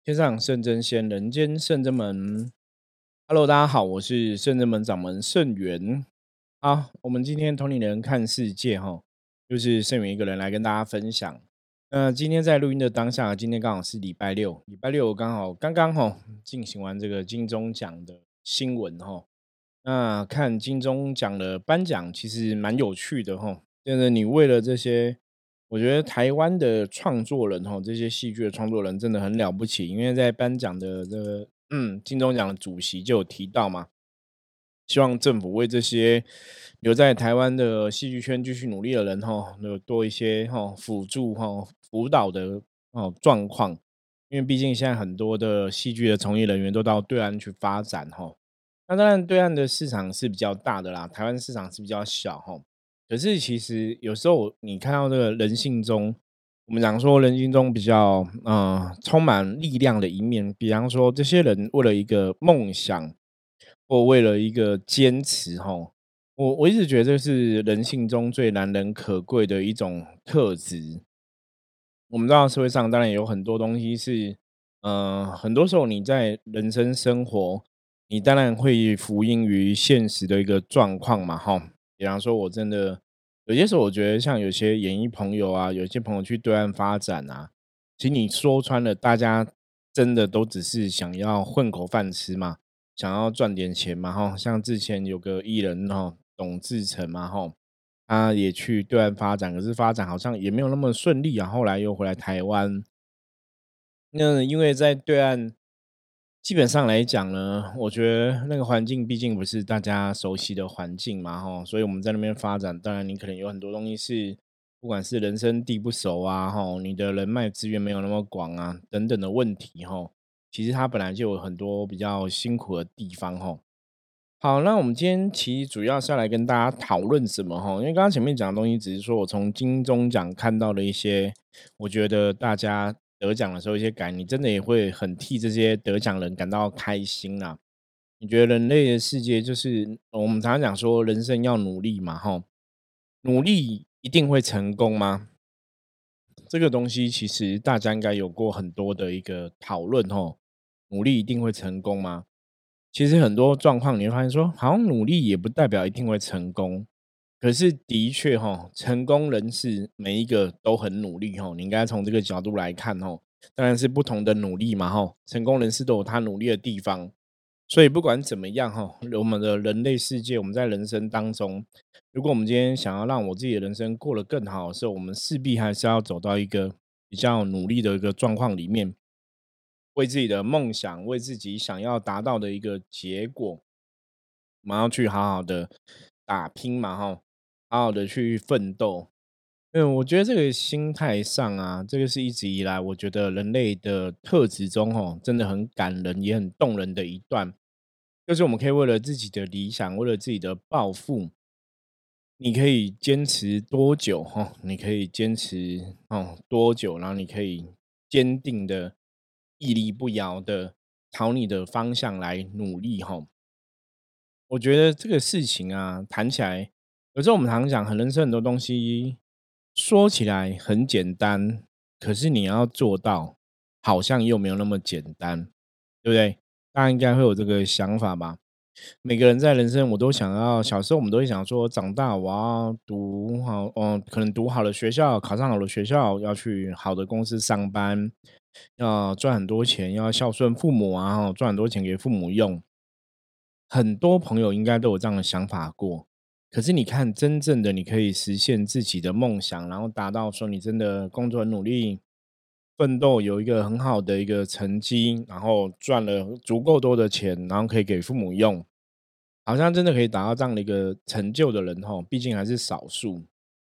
天上圣真仙，人间圣真门。Hello，大家好，我是圣真门掌门圣元。好，我们今天同龄人看世界哈，就是圣元一个人来跟大家分享。今天在录音的当下，今天刚好是礼拜六，礼拜六刚好刚刚进行完这个金钟奖的新闻哈。那看金钟奖的颁奖，其实蛮有趣的哈。真的，你为了这些，我觉得台湾的创作人哈，这些戏剧的创作人真的很了不起，因为在颁奖的这个金钟奖的主席就有提到嘛，希望政府为这些留在台湾的戏剧圈继续努力的人有多一些辅助辅导的状况，因为毕竟现在很多的戏剧的从业人员都到对岸去发展那当然对岸的市场是比较大的啦，台湾市场是比较小可是其实有时候你看到这个人性中，我们讲说人性中比较充满力量的一面，比方说这些人为了一个梦想，或为了一个坚持我一直觉得这是人性中最难能可贵的一种特质。我们知道社会上当然有很多东西是，很多时候你在人生生活，你当然会服膺于现实的一个状况嘛，比方说，我真的有些时候，我觉得像有些演艺朋友啊，有些朋友去对岸发展啊，其实你说穿了，大家真的都只是想要混口饭吃嘛，想要赚点钱嘛，像之前有个艺人董志成嘛，他也去对岸发展，可是发展好像也没有那么顺利啊，后来又回来台湾。那因为在对岸，基本上来讲呢，我觉得那个环境毕竟不是大家熟悉的环境嘛，所以我们在那边发展，当然你可能有很多东西是，不管是人生地不熟啊，你的人脉资源没有那么广啊，等等的问题其实它本来就有很多比较辛苦的地方好，那我们今天其实主要是要来跟大家讨论什么因为刚刚前面讲的东西，只是说我从金钟奖看到了一些，我觉得大家得奖的时候一些感，你真的也会很替这些得奖人感到开心啦。你觉得人类的世界就是我们常常讲说人生要努力嘛，努力一定会成功吗？这个东西其实大家应该有过很多的一个讨论努力一定会成功吗？其实很多状况你会发现说，好像努力也不代表一定会成功。可是的确成功人士每一个都很努力你应该从这个角度来看当然是不同的努力嘛成功人士都有他努力的地方。所以不管怎么样我们的人类世界，我们在人生当中，如果我们今天想要让我自己的人生过得更好的时候，我们势必还是要走到一个比较努力的一个状况里面，为自己的梦想，为自己想要达到的一个结果，我们要去好好的打拼嘛，好好的去奋斗。我觉得这个心态上啊，这个是一直以来我觉得人类的特质中真的很感人也很动人的一段，就是我们可以为了自己的理想，为了自己的抱负，你可以坚持多久你可以坚持多久，然后你可以坚定的、屹立不摇的朝你的方向来努力我觉得这个事情啊，谈起来，有时候我们常讲，人生很多东西说起来很简单，可是你要做到，好像又没有那么简单，对不对？大家应该会有这个想法吧？每个人在人生，我都想要，小时候我们都会想说，长大我要读好，可能读好的学校，考上好的学校，要去好的公司上班，要赚很多钱，要孝顺父母啊，赚很多钱给父母用。很多朋友应该都有这样的想法过，可是你看，真正的你可以实现自己的梦想，然后达到说你真的工作很努力，奋斗有一个很好的一个成绩，然后赚了足够多的钱，然后可以给父母用，好像真的可以达到这样的一个成就的人毕竟还是少数。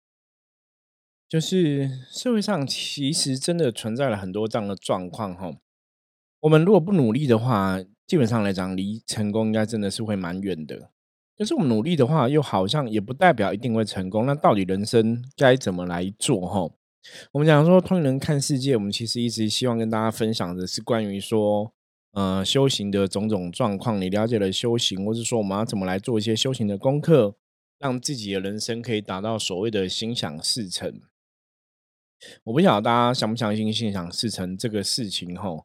就是社会上其实真的存在了很多这样的状况我们如果不努力的话，基本上来讲，离成功应该真的是会蛮远的。但是我们努力的话，又好像也不代表一定会成功。那到底人生该怎么来做？我们讲说通人看世界，我们其实一直希望跟大家分享的是关于说，修行的种种状况。你了解了修行，或是说我们要怎么来做一些修行的功课，让自己的人生可以达到所谓的心想事成。我不晓得大家相不相信心想事成这个事情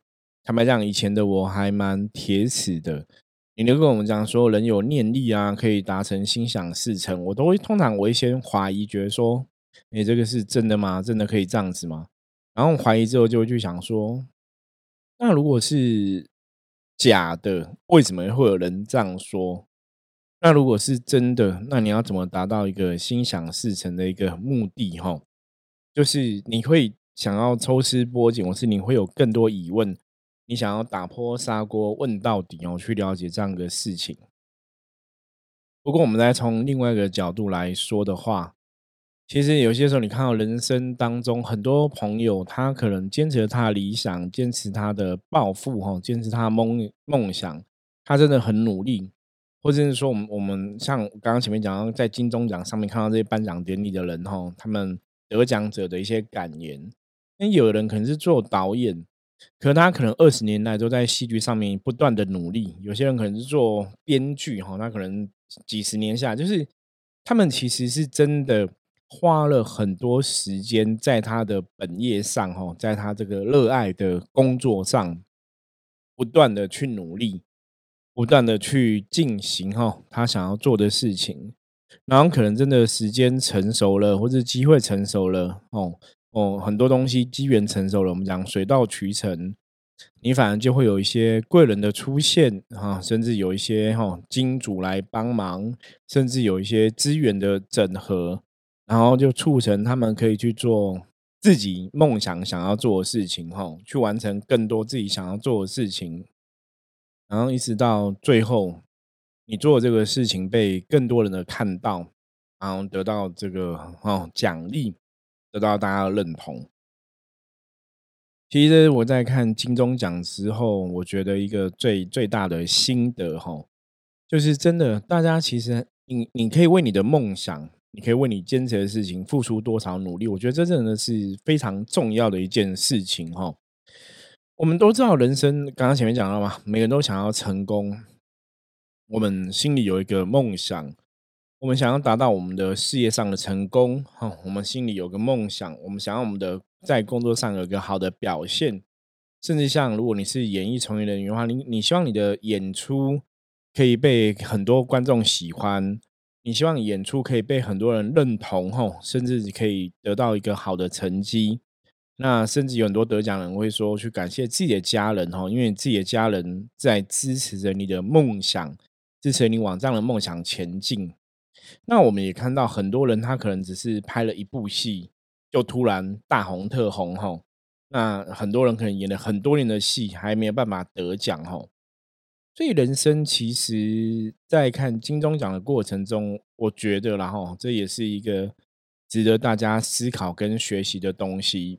坦白讲，以前的我还蛮铁齿的。你就跟我们讲说，人有念力啊，可以达成心想事成，我都会通常我会先怀疑，觉得说，哎，这个是真的吗？真的可以这样子吗？然后怀疑之后，就会去想说，那如果是假的，为什么会有人这样说？那如果是真的，那你要怎么达到一个心想事成的一个目的？哈，就是你会想要抽丝剥茧，或是你会有更多疑问，你想要打破砂锅问到底哦，去了解这样的事情。不过，我们再从另外一个角度来说的话，其实有些时候你看到人生当中很多朋友，他可能坚持了他的理想，坚持他的抱负，哈，坚持他的梦想，他真的很努力，或者是说我们像刚刚前面讲到，在金钟奖上面看到这些颁奖典礼的人，哈，他们得奖者的一些感言。那有的人可能是做导演，可能他可能20年来都在戏剧上面不断的努力，有些人可能是做编剧哈，他可能几十年下来，就是他们其实是真的花了很多时间在他的本业上哈，在他这个热爱的工作上，不断的去努力，不断的去进行哈他想要做的事情，然后可能真的时间成熟了，或者机会成熟了很多东西机缘成熟了，我们讲水到渠成，你反而就会有一些贵人的出现哈，甚至有一些金主来帮忙，甚至有一些资源的整合，然后就促成他们可以去做自己梦想想要做的事情哈，去完成更多自己想要做的事情，然后一直到最后，你做的这个事情被更多人的看到，然后得到这个奖励，得到大家的认同。其实我在看金钟奖之后，我觉得一个最大的心得就是真的，大家其实你可以为你的梦想，你可以为你坚持的事情付出多少努力，我觉得这真的是非常重要的一件事情我们都知道人生，刚刚前面讲到嘛，每个人都想要成功，我们心里有一个梦想，我们想要达到我们的事业上的成功，我们心里有个梦想，我们想要我们的在工作上有一个好的表现，甚至像如果你是演艺从业人员的话，你希望你的演出可以被很多观众喜欢，你希望演出可以被很多人认同，甚至可以得到一个好的成绩。那甚至有很多得奖人会说去感谢自己的家人因为自己的家人在支持着你的梦想，支持你往这样的梦想前进。那我们也看到很多人，他可能只是拍了一部戏，就突然大红特红那很多人可能演了很多年的戏，还没有办法得奖所以人生其实在看金钟奖的过程中，我觉得这也是一个值得大家思考跟学习的东西。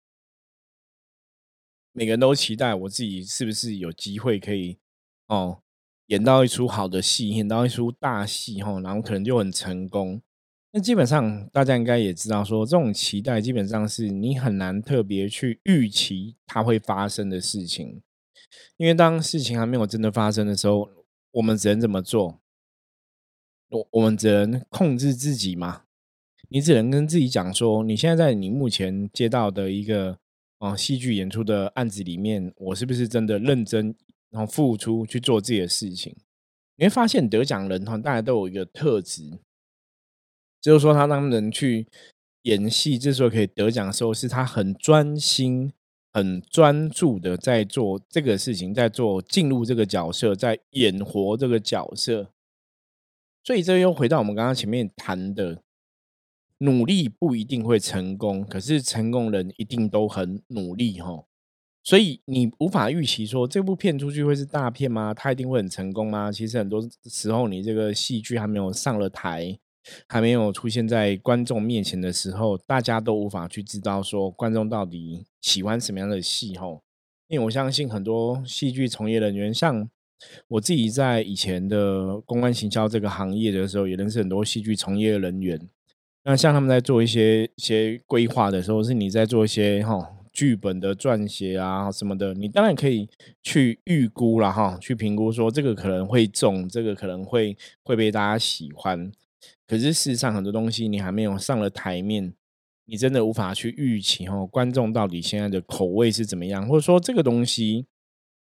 每个人都期待我自己是不是有机会可以哦演到一出好的戏，演到一出大戏然后可能就很成功。那基本上大家应该也知道说，这种期待基本上是你很难特别去预期它会发生的事情，因为当事情还没有真的发生的时候，我们只能怎么做？我们只能控制自己嘛，你只能跟自己讲说，你现在在你目前接到的一个戏剧演出的案子里面，我是不是真的认真然后付出去做自己的事情？你会发现得奖人大家都有一个特质，就是说他当人去演戏之所以可以得奖的时候，是他很专心、很专注的在做这个事情，在做进入这个角色，在演活这个角色。所以这又回到我们刚刚前面谈的，努力不一定会成功，可是成功人一定都很努力所以你无法预期说这部片出去会是大片吗？它一定会很成功吗？其实很多时候，你这个戏剧还没有上了台，还没有出现在观众面前的时候，大家都无法去知道说观众到底喜欢什么样的戏因为我相信很多戏剧从业人员，像我自己在以前的公关行销这个行业的时候，也认识很多戏剧从业人员。那像他们在做一些规划的时候，是你在做一些剧本的撰写啊什么的，你当然可以去预估了去评估说这个可能会中，这个可能会被大家喜欢。可是事实上很多东西你还没有上了台面，你真的无法去预期观众到底现在的口味是怎么样，或者说这个东西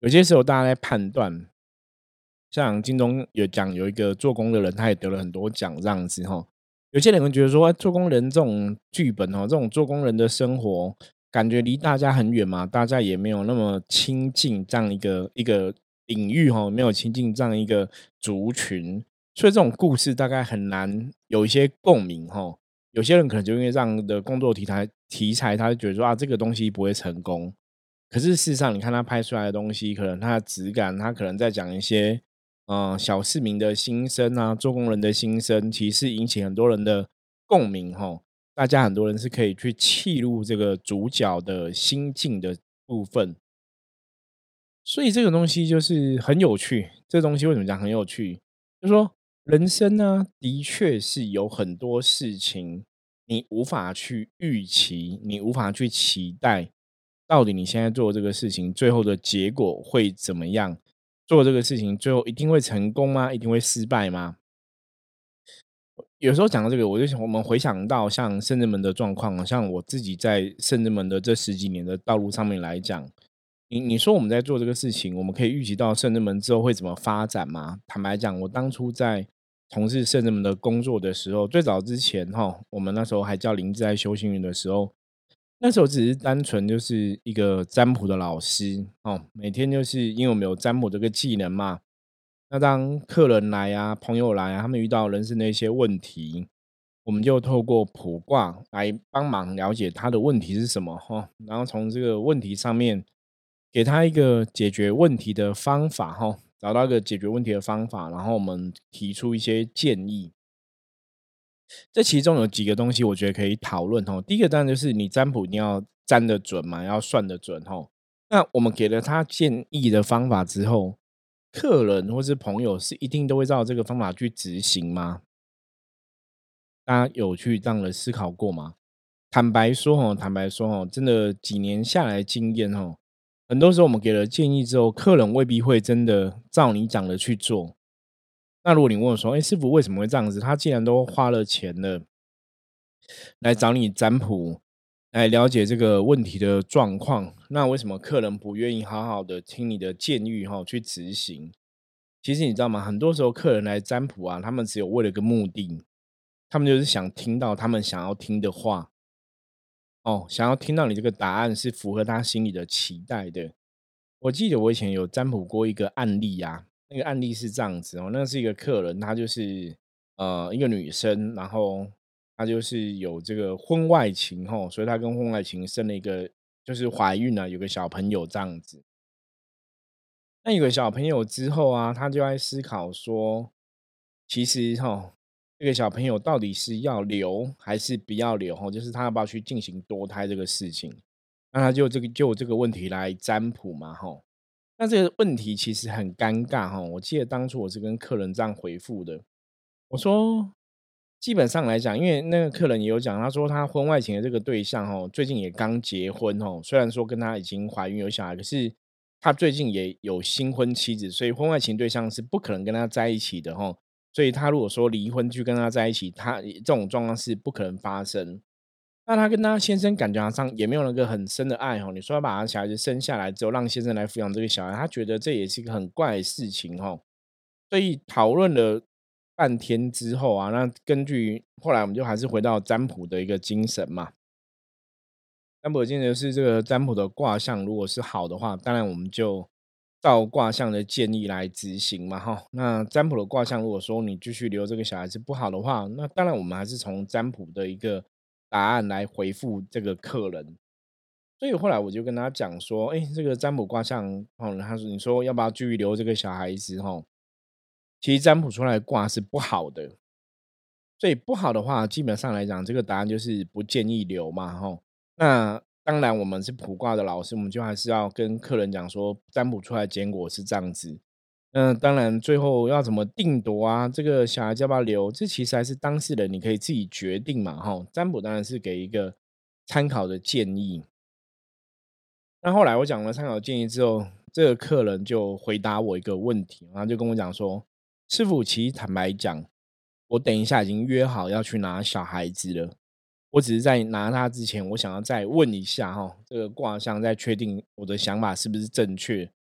有些时候大家在判断，像金钟有讲有一个做工的人，他也得了很多奖这样子哈。有些人会觉得说，做工人这种剧本哦，这种做工人的生活，感觉离大家很远嘛，大家也没有那么亲近这样一个领域哈，没有亲近这样一个族群，所以这种故事大概很难有一些共鸣哈。有些人可能就因为这样的工作题材，他就觉得说啊，这个东西不会成功。可是事实上，你看他拍出来的东西，可能它的质感，他可能在讲一些小市民的心声啊，做工人的心声，其实是引起很多人的共鸣哈。大家很多人是可以去契入这个主角的心境的部分，所以这个东西就是很有趣。这东西为什么讲很有趣？就是说人生呢，的确是有很多事情你无法去预期，你无法去期待，到底你现在做这个事情最后的结果会怎么样？做这个事情最后一定会成功吗？一定会失败吗？有时候讲到这个，我就想我们回想到像圣人门的状况，像我自己在圣人门的这十几年的道路上面来讲，你说我们在做这个事情，我们可以预期到圣人门之后会怎么发展吗？坦白讲，我当初在从事圣人门的工作的时候，最早之前哈，我们那时候还叫灵芝爱修行云的时候，那时候只是单纯就是一个占卜的老师哦，每天就是因为我们有占卜这个技能嘛，那当客人来啊、朋友来啊，他们遇到人生的一些问题，我们就透过卜卦来帮忙了解他的问题是什么哈，然后从这个问题上面给他一个解决问题的方法哈，找到一个解决问题的方法，然后我们提出一些建议。这其中有几个东西我觉得可以讨论哦。第一个当然就是你占卜一定要占得准嘛，要算得准哦。那我们给了他建议的方法之后，客人或是朋友是一定都会照这个方法去执行吗？大家有去这样的思考过吗？坦白说真的几年下来的经验很多时候我们给了建议之后，客人未必会真的照你讲的去做。那如果你问我说：“哎，师傅为什么会这样子？他既然都花了钱了，来找你占卜，来了解这个问题的状况，那为什么客人不愿意好好的听你的建议去执行？”其实你知道吗？很多时候客人来占卜啊，他们只有为了一个目的，他们就是想听到他们想要听的话哦，想要听到你这个答案是符合他心里的期待的。我记得我以前有占卜过一个案例啊，那个案例是这样子哦，那是一个客人，她就是一个女生，然后她就是有这个婚外情所以她跟婚外情生了一个就是怀孕了，有个小朋友这样子。那有个小朋友之后啊，她就在思考说，其实这个小朋友到底是要留还是不要留就是他要不要去进行多胎这个事情。那他就这个问题来占卜嘛那这个问题其实很尴尬我记得当初我是跟客人这样回复的，我说基本上来讲，因为那个客人也有讲，他说他婚外情的这个对象最近也刚结婚虽然说跟他已经怀孕有小孩，可是他最近也有新婚妻子，所以婚外情对象是不可能跟他在一起的所以他如果说离婚去跟他在一起，他这种状况是不可能发生。那他跟他先生感觉上也没有那个很深的爱你说要把他小孩子生下来之后，让先生来抚养这个小孩，他觉得这也是一个很怪的事情所以讨论了半天之后啊，那根据后来我们就还是回到占卜的一个精神嘛。占卜的精神是这个占卜的卦象，如果是好的话，当然我们就照卦象的建议来执行嘛那占卜的卦象，如果说你继续留这个小孩子不好的话，那当然我们还是从占卜的一个答案来回复这个客人。所以后来我就跟他讲说，哎，这个占卜卦象他说你说要不要继续留这个小孩子其实占卜出来的卦是不好的，所以不好的话，基本上来讲，这个答案就是不建议留嘛那当然，我们是卜卦的老师，我们就还是要跟客人讲说，占卜出来的结果是这样子。当然最后要怎么定夺啊，这个小孩子要不要留，这其实还是当事人你可以自己决定嘛占卜当然是给一个参考的建议。那后来我讲了参考建议之后，这个客人就回答我一个问题，然后就跟我讲说：“师傅，其实坦白讲，我等一下已经约好要去拿小孩子了，我只是在拿他之前，我想要再问一下这个卦象，再确定我的想法是不是正确。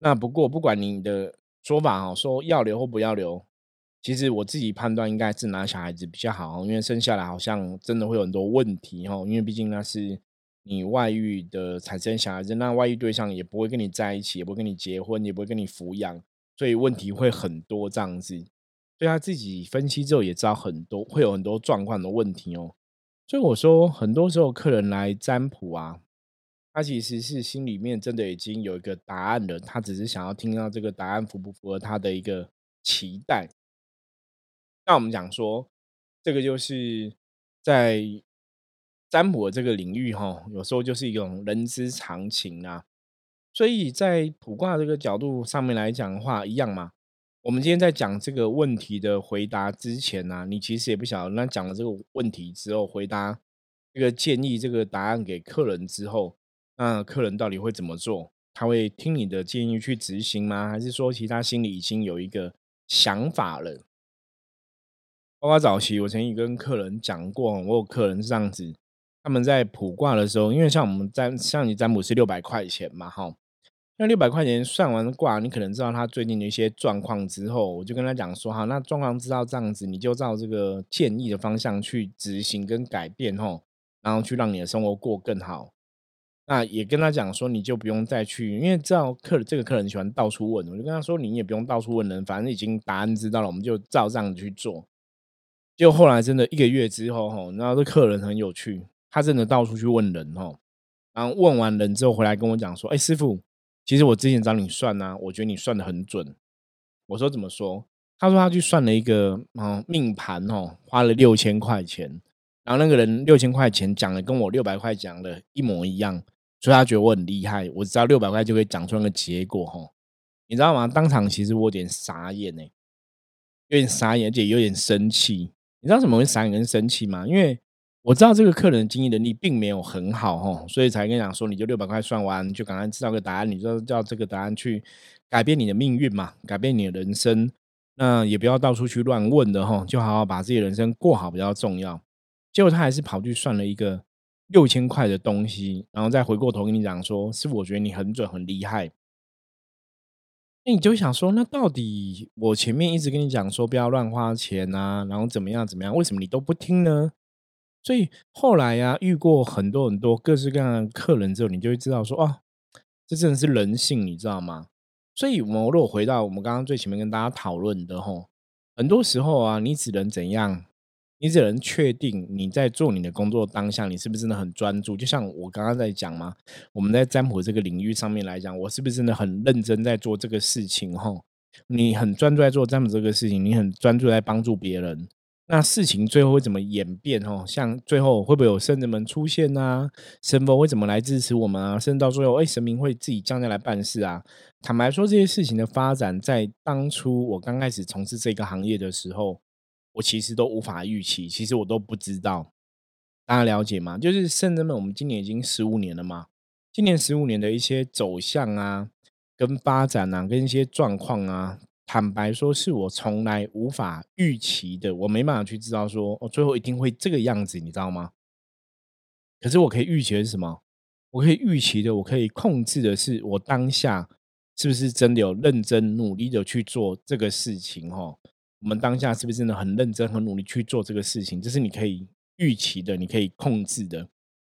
那不过不管你的说法说要留或不要留，其实我自己判断应该是拿小孩子比较好，因为生下来好像真的会有很多问题因为毕竟那是你外遇的产生小孩子，那外遇对象也不会跟你在一起，也不会跟你结婚，也不会跟你抚养，所以问题会很多这样子。所以他自己分析之后也知道很多会有很多状况的问题所以我说很多时候客人来占卜啊，他其实是心里面真的已经有一个答案了，他只是想要听到这个答案符不符合他的一个期待。那我们讲说，这个就是在占卜的这个领域有时候就是一种人之常情啊。所以在卜卦这个角度上面来讲的话，一样嘛。我们今天在讲这个问题的回答之前呢、你其实也不晓得，那讲了这个问题之后，回答这个建议、这个答案给客人之后，那客人到底会怎么做？他会听你的建议去执行吗？还是说，其实他心里已经有一个想法了？包括早期我曾经跟客人讲过，我有客人是这样子，他们在卜卦的时候，因为像我们像你占卜是600块钱嘛，那600块钱算完卦，你可能知道他最近的一些状况之后，我就跟他讲说，好，那状况知道这样子，你就照这个建议的方向去执行跟改变然后去让你的生活过更好。那也跟他讲说，你就不用再去，因为知道这个客人喜欢到处问，我就跟他说，你也不用到处问人，反正已经答案知道了，我们就照这样子去做。结果后来真的1个月之后然后这客人很有趣，他真的到处去问人然后问完人之后回来跟我讲说：“哎，师傅，其实我之前找你算啊，我觉得你算的很准。”我说：“怎么说？”他说他去算了一个命盘花了6000块钱，然后那个人6000块钱讲的跟我600块讲的一模一样，所以他觉得我很厉害，我只要600块就可以讲出那个结果你知道吗？当场其实我有点傻眼有点傻眼，而且有点生气。你知道怎么会傻眼跟生气吗？因为我知道这个客人的经济能力并没有很好所以才跟你讲说，你就600块算完，你就赶快知道个答案，你就照这个答案去改变你的命运嘛，改变你的人生。那也不要到处去乱问的就好好把自己的人生过好比较重要。结果他还是跑去算了一个6000块的东西，然后再回过头跟你讲说，师傅，我觉得你很准，很厉害。那你就会想说，那到底我前面一直跟你讲说不要乱花钱啊，然后怎么样怎么样，为什么你都不听呢？所以后来呀、遇过很多很多各式各样的客人之后，你就会知道说，哦，这真的是人性，你知道吗？所以，我们如果回到我们刚刚最前面跟大家讨论的很多时候啊，你只能怎样？你只能确定你在做你的工作当下，你是不是真的很专注？就像我刚刚在讲嘛，我们在占卜这个领域上面来讲，我是不是真的很认真在做这个事情？你很专注在做占卜这个事情，你很专注在帮助别人，那事情最后会怎么演变？像最后会不会有圣人们出现啊？神佛会怎么来支持我们啊？甚至到最后，神明会自己降下来办事啊？坦白说，这些事情的发展，在当初我刚开始从事这个行业的时候，我其实都无法预期，其实我都不知道。大家了解吗？就是圣人们，我们今年已经15年了嘛，今年15年的一些走向啊，跟发展啊，跟一些状况啊，坦白说，是我从来无法预期的，我没办法去知道说，最后一定会这个样子，你知道吗？可是我可以预期的是什么？我可以预期的，我可以控制的是，我当下是不是真的有认真努力的去做这个事情我们当下是不是真的很认真、很努力去做这个事情？这是你可以预期的，你可以控制的。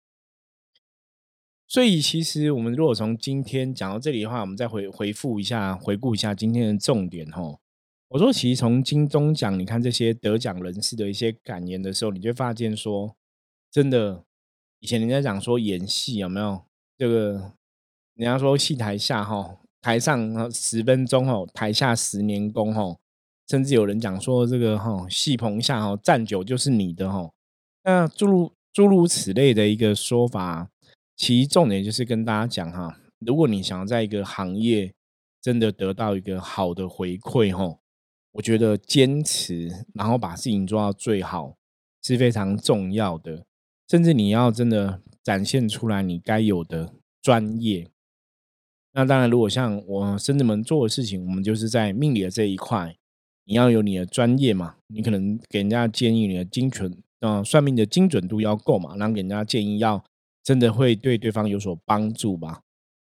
所以，其实我们如果从今天讲到这里的话，我们再回复一下、回顾一下今天的重点我说，其实从金钟奖，你看这些得奖人士的一些感言的时候，你就会发现说，真的，以前人家讲说演戏有没有这个，人家说戏台下台上10分钟台下10年功甚至有人讲说这个戏棚下站久就是你的那诸如此类的一个说法，其实重点就是跟大家讲如果你想要在一个行业真的得到一个好的回馈我觉得坚持，然后把事情做到最好是非常重要的，甚至你要真的展现出来你该有的专业。那当然，如果像我甚至们做的事情，我们就是在命理的这一块，你要有你的专业嘛，你可能给人家建议你的算命的精准度要够嘛，然后给人家建议要真的会对对方有所帮助吧。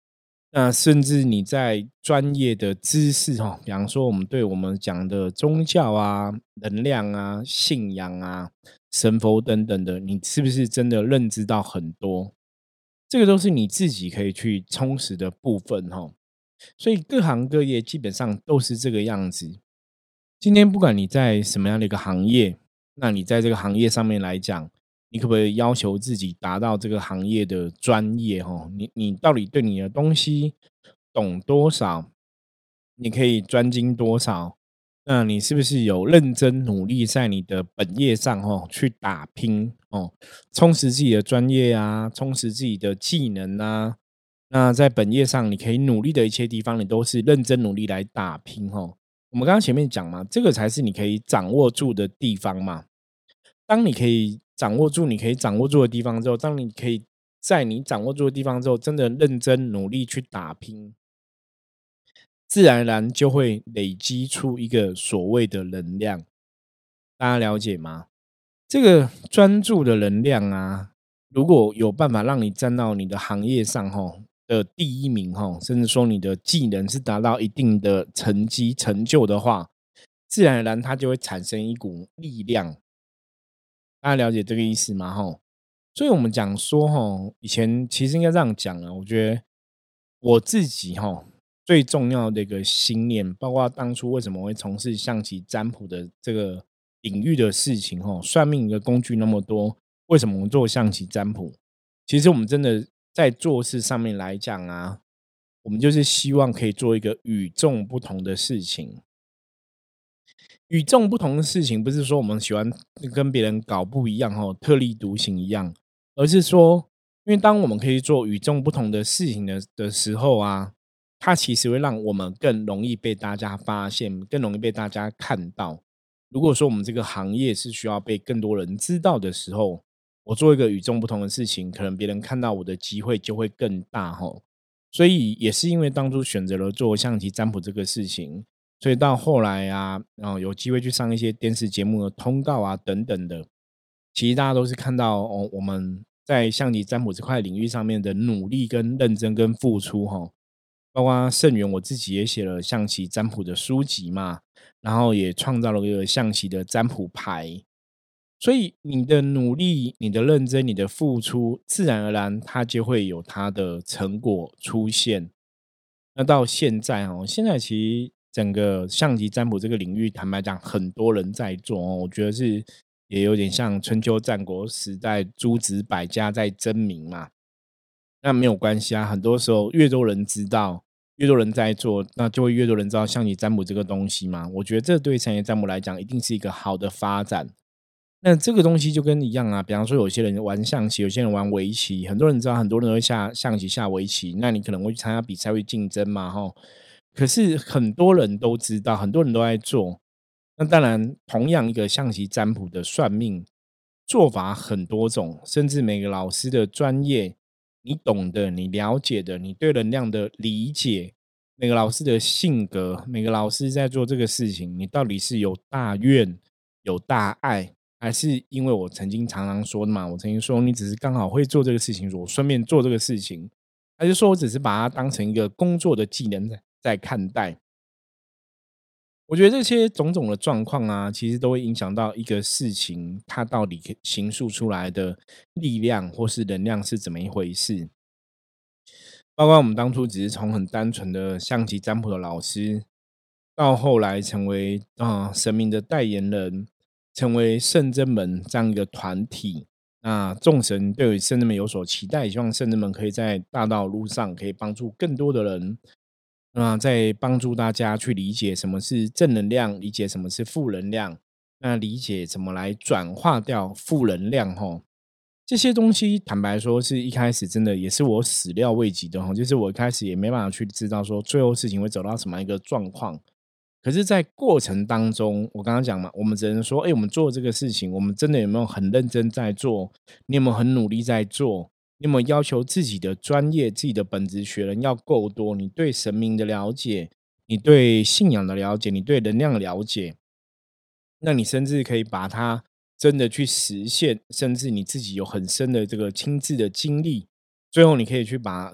那甚至你在专业的知识比方说我们讲的宗教啊、能量啊、信仰啊、神佛等等的，你是不是真的认知到很多？这个都是你自己可以去充实的部分所以各行各业基本上都是这个样子。今天不管你在什么样的一个行业，那你在这个行业上面来讲，你可不可以要求自己达到这个行业的专业你到底对你的东西懂多少？你可以专精多少？那你是不是有认真努力在你的本业上去打拼充实自己的专业啊，充实自己的技能啊？那在本业上你可以努力的一切地方，你都是认真努力来打拼我们刚刚前面讲嘛，这个才是你可以掌握住的地方嘛。当你可以掌握住你可以掌握住的地方之后，当你可以在你掌握住的地方之后，真的认真努力去打拼，自然而然就会累积出一个所谓的能量。大家了解吗？这个专注的能量啊，如果有办法让你站到你的行业上的第一名甚至说你的技能是达到一定的成绩成就的话，自然而然它就会产生一股力量。大家了解这个意思吗？所以我们讲说以前其实应该这样讲啊，我觉得我自己最重要的一个信念，包括当初为什么会从事象棋占卜的这个领域的事情算命的工具那么多，为什么我们做象棋占卜？其实我们真的在做事上面来讲啊，我们就是希望可以做一个与众不同的事情。与众不同的事情，不是说我们喜欢跟别人搞不一样特立独行一样，而是说，因为当我们可以做与众不同的事情的时候啊，它其实会让我们更容易被大家发现，更容易被大家看到。如果说我们这个行业是需要被更多人知道的时候，我做一个与众不同的事情，可能别人看到我的机会就会更大所以也是因为当初选择了做象棋占卜这个事情，所以到后来啊，有机会去上一些电视节目的通告啊等等的，其实大家都是看到我们在象棋占卜这块领域上面的努力跟认真跟付出包括盛元我自己也写了象棋占卜的书籍嘛，然后也创造了一个象棋的占卜牌，所以你的努力、你的认真、你的付出，自然而然它就会有它的成果出现。那到现在现在其实整个象棋占卜这个领域，坦白讲，很多人在做我觉得是也有点像春秋战国时代诸子百家在争鸣嘛。那没有关系啊，很多时候越多人知道，越多人在做，那就会越多人知道象棋占卜这个东西嘛。我觉得这对象棋占卜来讲，一定是一个好的发展。那这个东西就跟一样啊，比方说有些人玩象棋，有些人玩围棋，很多人知道，很多人会下象棋、下围棋，那你可能会去参加比赛，会竞争嘛，可是很多人都知道，很多人都在做。那当然，同样一个象棋占卜的算命做法很多种，甚至每个老师的专业，你懂的、你了解的、你对能量的理解，每个老师的性格，每个老师在做这个事情，你到底是有大愿、有大爱，还是因为我曾经常常说的嘛，我曾经说你只是刚好会做这个事情，我顺便做这个事情，还是说我只是把它当成一个工作的技能在看待？我觉得这些种种的状况啊，其实都会影响到一个事情，它到底可形塑出来的力量或是能量是怎么一回事。包括我们当初只是从很单纯的象棋占卜的老师，到后来成为神明的代言人，成为圣真门这样一个团体。那众神对圣真门有所期待，希望圣真门可以在大道路上可以帮助更多的人。那在帮助大家去理解什么是正能量，理解什么是负能量，那理解怎么来转化掉负能量这些东西坦白说是一开始真的也是我始料未及的就是我一开始也没办法去知道说最后事情会走到什么一个状况。可是在过程当中，我刚刚讲嘛，我们只能说，我们做这个事情，我们真的有没有很认真在做？你有没有很努力在做？你有没有要求自己的专业、自己的本职学人要够多？你对神明的了解，你对信仰的了解，你对能量的了解，那你甚至可以把它真的去实现，甚至你自己有很深的这个亲自的经历，最后你可以去把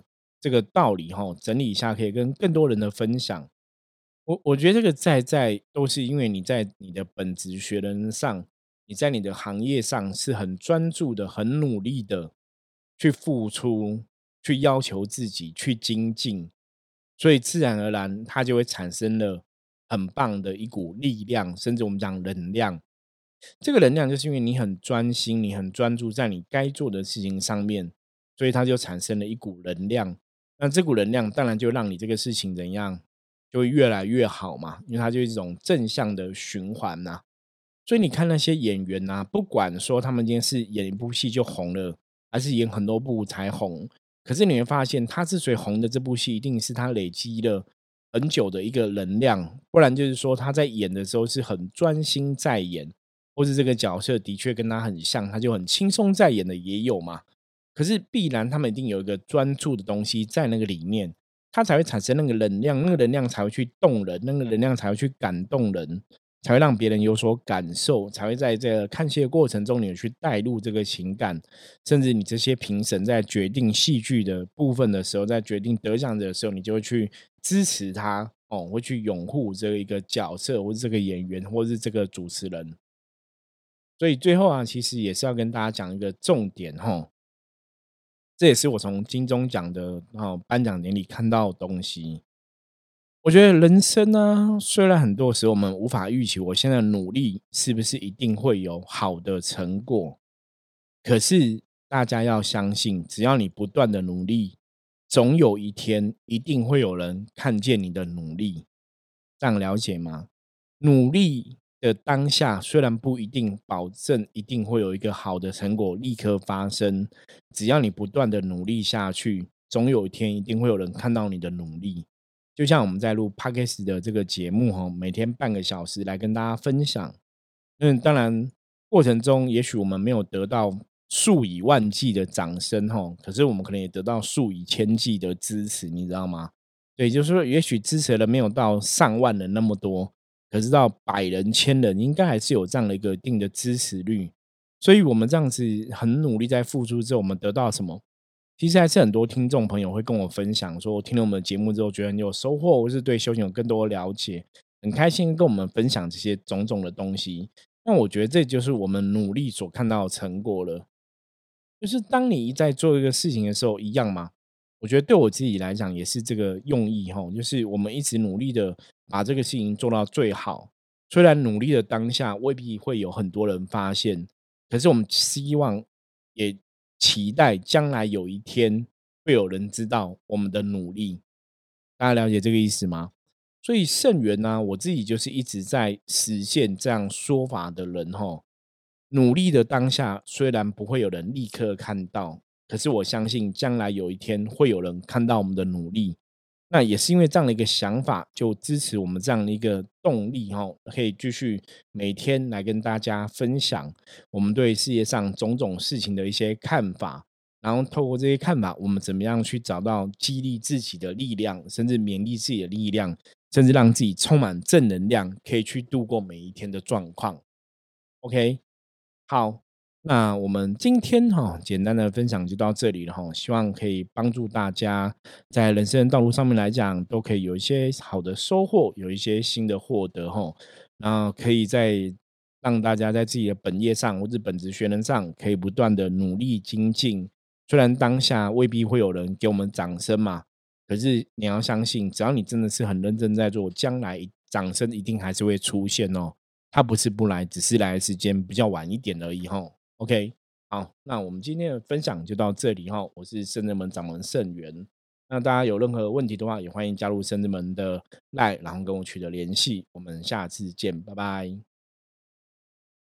这个道理整理一下，可以跟更多人的分享。我觉得这个在都是因为你在你的本职学能上，你在你的行业上是很专注的、很努力的去付出、去要求自己、去精进，所以自然而然它就会产生了很棒的一股力量，甚至我们讲能量。这个能量就是因为你很专心，你很专注在你该做的事情上面，所以它就产生了一股能量。那这股能量当然就让你这个事情怎样，就会越来越好嘛，因为它就是一种正向的循环呐、所以你看那些演员呐、不管说他们今天是演一部戏就红了，还是演很多部才红，可是你会发现，他之所以红的这部戏，一定是他累积了很久的一个能量，不然就是说他在演的时候是很专心在演，或是这个角色的确跟他很像，他就很轻松在演的也有嘛。可是必然他们一定有一个专注的东西在那个里面，它才会产生那个能量，那个能量才会去动人，那个能量才会去感动人，才会让别人有所感受，才会在这个看戏的过程中，你有去带入这个情感，甚至你这些评审在决定戏剧的部分的时候，在决定得奖者的时候，你就会去支持他会去拥护这一个角色，或是这个演员，或是这个主持人。所以最后啊，其实也是要跟大家讲一个重点这也是我从金钟奖的颁奖典礼看到的东西。我觉得人生呢，虽然很多时候我们无法预期我现在的努力是不是一定会有好的成果，可是大家要相信，只要你不断的努力，总有一天一定会有人看见你的努力。这样了解吗？努力的当下虽然不一定保证一定会有一个好的成果立刻发生，只要你不断的努力下去，总有一天一定会有人看到你的努力。就像我们在录 Podcast 的这个节目每天半个小时来跟大家分享。当然过程中也许我们没有得到数以万计的掌声可是我们可能也得到数以千计的支持，你知道吗？对，就是说也许支持的人没有到上万人那么多，可是到百人、千人，应该还是有这样的一个一定的支持率。所以我们这样子很努力在付出之后，我们得到什么？其实还是很多听众朋友会跟我分享说，听了我们的节目之后觉得很有收获，或是对修行有更多的了解，很开心跟我们分享这些种种的东西。那我觉得这就是我们努力所看到的成果了。就是当你在做一个事情的时候，一样嘛。我觉得对我自己来讲也是这个用意就是我们一直努力的把这个事情做到最好。虽然努力的当下未必会有很多人发现，可是我们希望也期待将来有一天会有人知道我们的努力。大家了解这个意思吗？所以圣元呢，我自己就是一直在实现这样说法的人努力的当下，虽然不会有人立刻看到，可是我相信将来有一天会有人看到我们的努力。那也是因为这样的一个想法，就支持我们这样的一个动力可以继续每天来跟大家分享我们对世界上种种事情的一些看法，然后透过这些看法，我们怎么样去找到激励自己的力量，甚至勉励自己的力量，甚至让自己充满正能量，可以去度过每一天的状况。OK，好，那我们今天简单的分享就到这里了希望可以帮助大家在人生的道路上面来讲，都可以有一些好的收获，有一些新的获得然后可以在让大家在自己的本业上或者本职学能上，可以不断的努力精进。虽然当下未必会有人给我们掌声嘛，可是你要相信，只要你真的是很认真在做，将来掌声一定还是会出现它不是不来，只是来的时间比较晚一点而已OK，好，那我们今天的分享就到这里我是圣人门掌门圣元。那大家有任何问题的话，也欢迎加入圣人门的 LINE，然后跟我取得联系。我们下次见，拜拜。